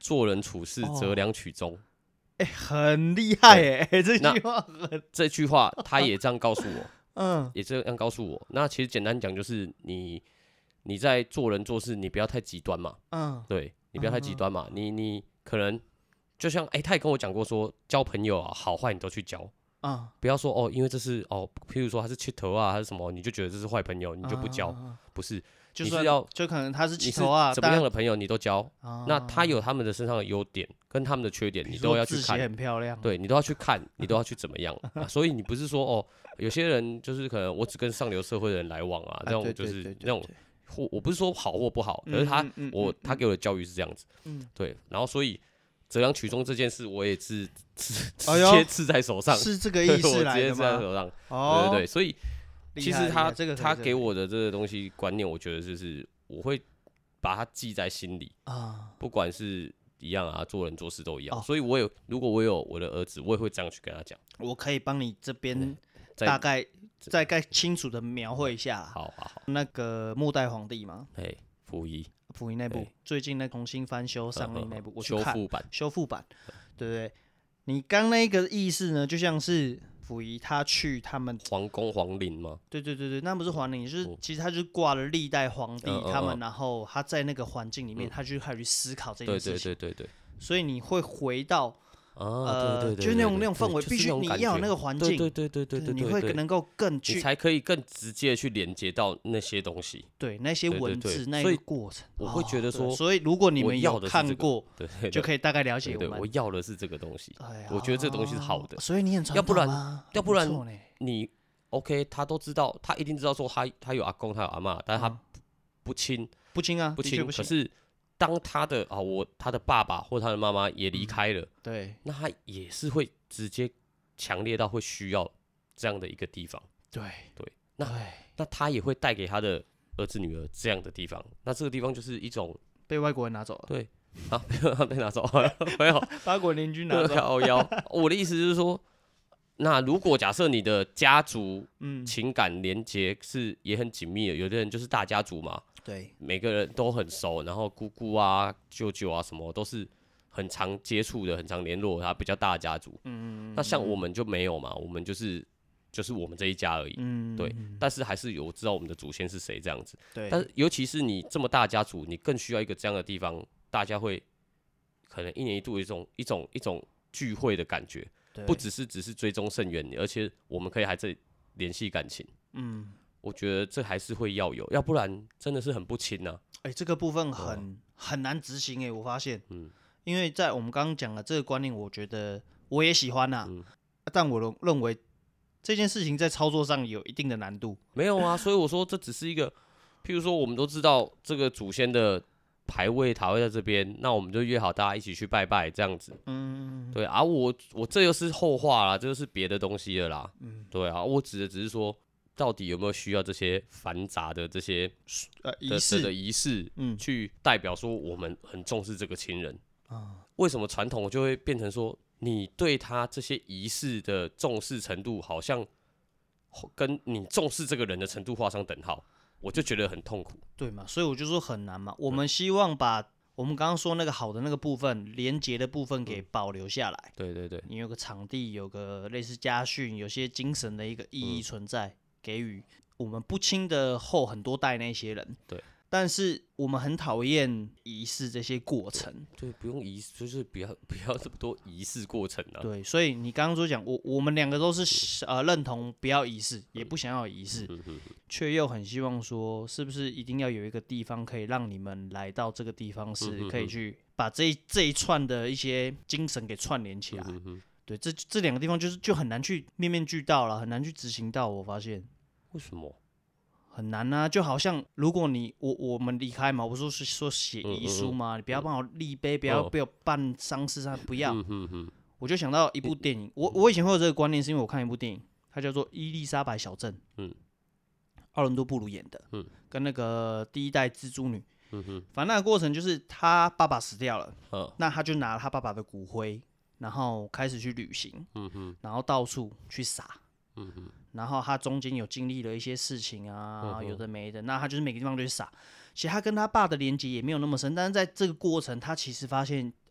做人处事择良取中。 很厉害这句话他也这样告诉我，也这样告诉我。那其实简单讲就是你在做人做事，你不要太极端嘛，对，你不要太极端嘛，你可能就像他也跟我讲过说，交朋友啊，好坏你都去交。不要说因为这是譬如说他是气头啊，还是什么，你就觉得这是坏朋友，你就不交，不是。你是要就可能他是气头啊， 怎么样的朋友你都交，那他有他们的身上的优点跟他们的缺点，你都要去看。 很漂亮， 对你都要去看，你都要去怎么样所以你不是说有些人就是可能我只跟上流社会的人来往啊，这种就是那种，我不是说好或不好，可是他给我的教育是这样子，对，然后所以择良取中这件事，我也是直接刺在手上， 是这个意思来的吗？ 我直接刺在手上，对，所以。其实他给我的这个东西观念，我觉得就是我会把它记在心里不管是一样啊，做人做事都一样。所以如果我有我的儿子，我也会这样去跟他讲。 我可以帮你这边大概清楚的描绘一下。 好， 那个末代皇帝嘛， 溥仪那部最近那重新翻修上映那部，我去看修复版，对不对？你刚那个意思呢，就像是。溥仪他去他们皇宫皇陵吗？ 对，那不是皇陵，就是其实他就是挂了历代皇帝他们，然后他在那个环境里面，他就开始去思考这件事情。 对。 所以你会回到对， 就是那种氛围，必须你要有那个环境， 对， 你会能够更去， 你才可以更直接的去连接到那些东西， 对那些文字那个过程， 我会觉得说， 所以如果你们有看过，就可以大概了解我要的是这个东西，我觉得这个东西是好的， 所以你很传统啊， 要不然你 OK， 他都知道，他一定知道说他有阿公，他有阿嬷，但是他不亲啊，不亲，可是。当他的爸爸或他的妈妈也离开了， 对， 那他也是会直接强烈到会需要这样的一个地方， 对， 那他也会带给他的儿子女儿这样的地方，那这个地方就是一种被外国人拿走了， 对，被拿走了，没有， 把国邻居拿走了。我的意思就是说，那如果假设你的家族情感连结是也很紧密的，有的人就是大家族嘛。 对， 每个人都很熟，然后姑姑啊、舅舅啊什么都是很常接触的、很常联络，他比较大的家族。那像我们就没有嘛，我们就是我们这一家而已。对。但是还是有知道我们的祖先是谁这样子。 对。 但是尤其是你这么大的家族，你更需要一个这样的地方，大家会可能一年一度一种聚会的感觉，不只是追踪甚远，而且我们可以还在联系感情。我觉得这还是会要有，要不然真的是很不亲啊。 这个部分很难执行我发现。因为在我们刚刚讲的这个观念，我觉得我也喜欢但我认为这件事情在操作上有一定的难度。 没有啊，所以我说这只是一个，譬如说我们都知道这个祖先的牌位塔位在这边，那我们就约好大家一起去拜拜这样子。对啊，我这又是后话啦，这就是别的东西了啦。对啊，我指的只是说。到底有没有需要这些繁杂的这些仪式，去代表说我们很重视这个亲人？为什么传统就会变成说，你对他这些仪式的重视程度，好像跟你重视这个人的程度画上等号？我就觉得很痛苦。 对嘛，所以我就说很难嘛。我们希望把我们刚刚说那个好的那个部分，连结的部分给保留下来。 对， 你有个场地，有个类似家训，有些精神的一个意义存在。给予我们不亲的后很多代那些人， 对， 但是我们很讨厌仪式这些过程， 对，不用仪式，就是不要这么多仪式过程啊。 对，所以你刚刚说讲，我们两个都是认同不要仪式，也不想要仪式，却又很希望说，是不是一定要有一个地方可以让你们来到这个地方，是可以去把这一串的一些精神给串联起来。对，这两个地方就很难去面面俱到了，很难去执行到，我发现。 为什么很难啊？就好像如果我们离开嘛，我不是说写遗书吗？你不要帮我立碑，不要被我办丧事上，不要。我就想到一部电影，我以前会有这个观念，是因为我看一部电影，它叫做《伊丽莎白小镇》，奥伦多布鲁演的，跟那个第一代蜘蛛女，反正那个过程就是他爸爸死掉了，那他就拿了他爸爸的骨灰，然后开始去旅行，然后到处去撒。然后他中间有经历了一些事情啊，有的没的，那他就是每个地方都去撒。其实他跟他爸的连结也没有那么深，但是在这个过程，他其实发现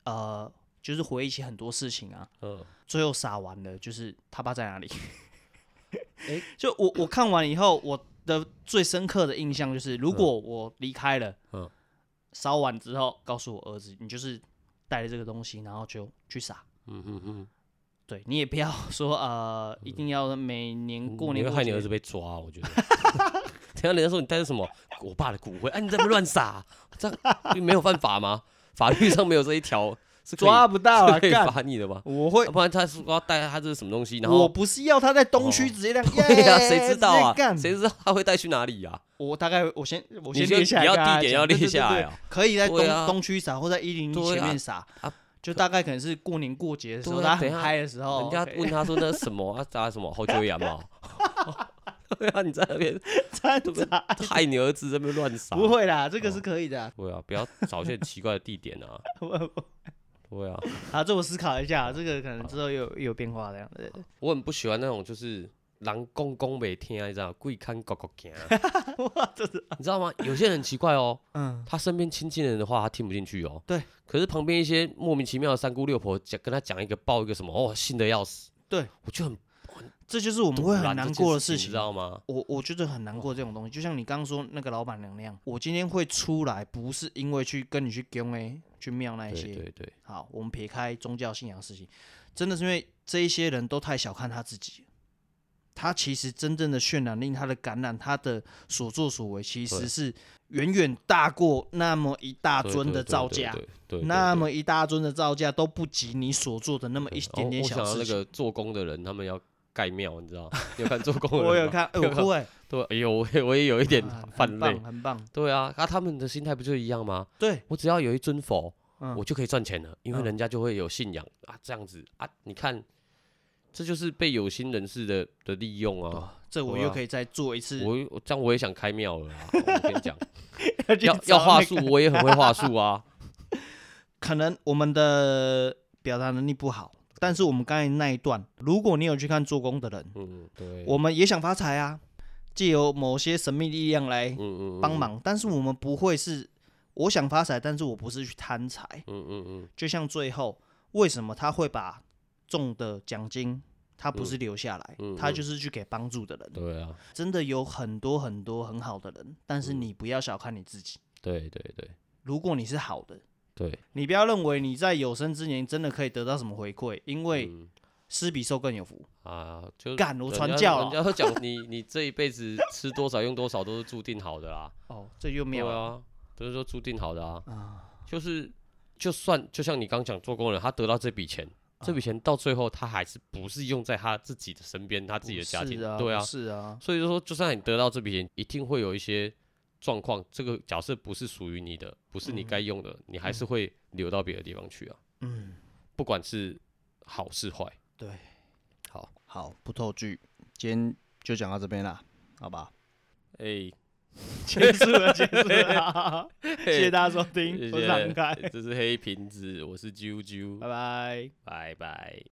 就是回忆起很多事情啊。最后撒完了，就是他爸在哪里？就我看完以后，我的最深刻的印象就是，如果我离开了，烧完之后告诉我儿子，你就是带着这个东西，然后就去撒。对，你也不要说一定要每年过年过节， 你会害你儿子被抓，我觉得。等下人家说你带着什么我爸的骨灰，你在那边乱撒，这样没有犯法吗？法律上没有这一条。 抓不到啊！ 可以罚你的吗？ 我会， 不然他说要带他这是什么东西？然后我不是要他在东区直接这样， 对呀，谁知道啊？谁知道他会带去哪里啊？ 我大概我先列下来， 你要地点要列下来啊。 可以在东区撒，或在101前面撒，就大概可能是过年过节的时候，他很嗨的时候， 人家问他说那是什么啊？炸什么好久羊毛？对啊，你在那边害你儿子在那边乱撒？ 不会啦，这个是可以的。 对啊，不要找一些奇怪的地点啊。对啊， 好，这我思考一下，这个可能之后有变化这样子。 我很不喜欢那种就是人讲袂听，你知道，鬼看狗狗行。 哇，真的， 你知道吗？有些人很奇怪哦，他身边亲近人的话他听不进去哦。 对。 可是旁边一些莫名其妙的三姑六婆跟他讲报一个什么信得要死。 对， 我就很。 这就是我们会很难过的事情， 你知道吗？ 我觉得很难过这种东西，就像你刚刚说那个老板娘那样，我今天会出来，不是因为去跟你去去庙那一些， 对。 好，我们撇开宗教信仰的事情，真的是因为这一些人都太小看他自己，他其实真正的渲染力，他的感染，他的所作所为，其实是远远大过那么一大尊的造价，那么一大尊的造价都不及你所做的那么一点点小事情。 我想到那个做工的人，他们要盖庙，你知道？你有看做工的人吗？ 我有看，我哭哎。 对，哎呦，我也有一点泛泪， 很棒。 对啊，他们的心态不就一样吗？ 对， 我只要有一尊佛，我就可以赚钱了，因为人家就会有信仰啊，这样子啊，你看，这就是被有心人士的利用啊。 这我又可以再做一次。 我这样我也想开庙了啊！我跟你讲，要话术，我也很会话术啊。 可能我们的表达能力不好。但是我们刚才那一段，如果你有去看做工的人， 对， 我们也想发财啊，藉由某些神秘力量来帮忙，但是我们不会是我想发财，但是我不是去贪财，就像最后为什么他会把中的奖金，他不是留下来，他就是去给帮助的人， 对啊， 真的有很多很多很好的人，但是你不要小看你自己， 对， 如果你是好的。 对， 你不要认为你在有生之年真的可以得到什么回馈，因为施比受更有福啊！就干我传教了， 人家都讲你这一辈子吃多少用多少都是注定好的啦。 哦，这又妙了。 对啊，都是说注定好的啊。就像你刚讲做工人，他得到这笔钱，这笔钱到最后他还是不是用在他自己的身边，他自己的家庭。对啊， 是啊。 所以就说，就算你得到这笔钱，一定会有一些。状况，这个角色不是属于你的，不是你该用的，你还是会流到别的地方去啊。不管是好是坏。 对， 好， 不透剧，今天就讲到这边啦，好吧？ 结束了，谢谢大家收听，我是唐凯， 这是黑瓶子，我是啾啾， 拜拜。 拜拜。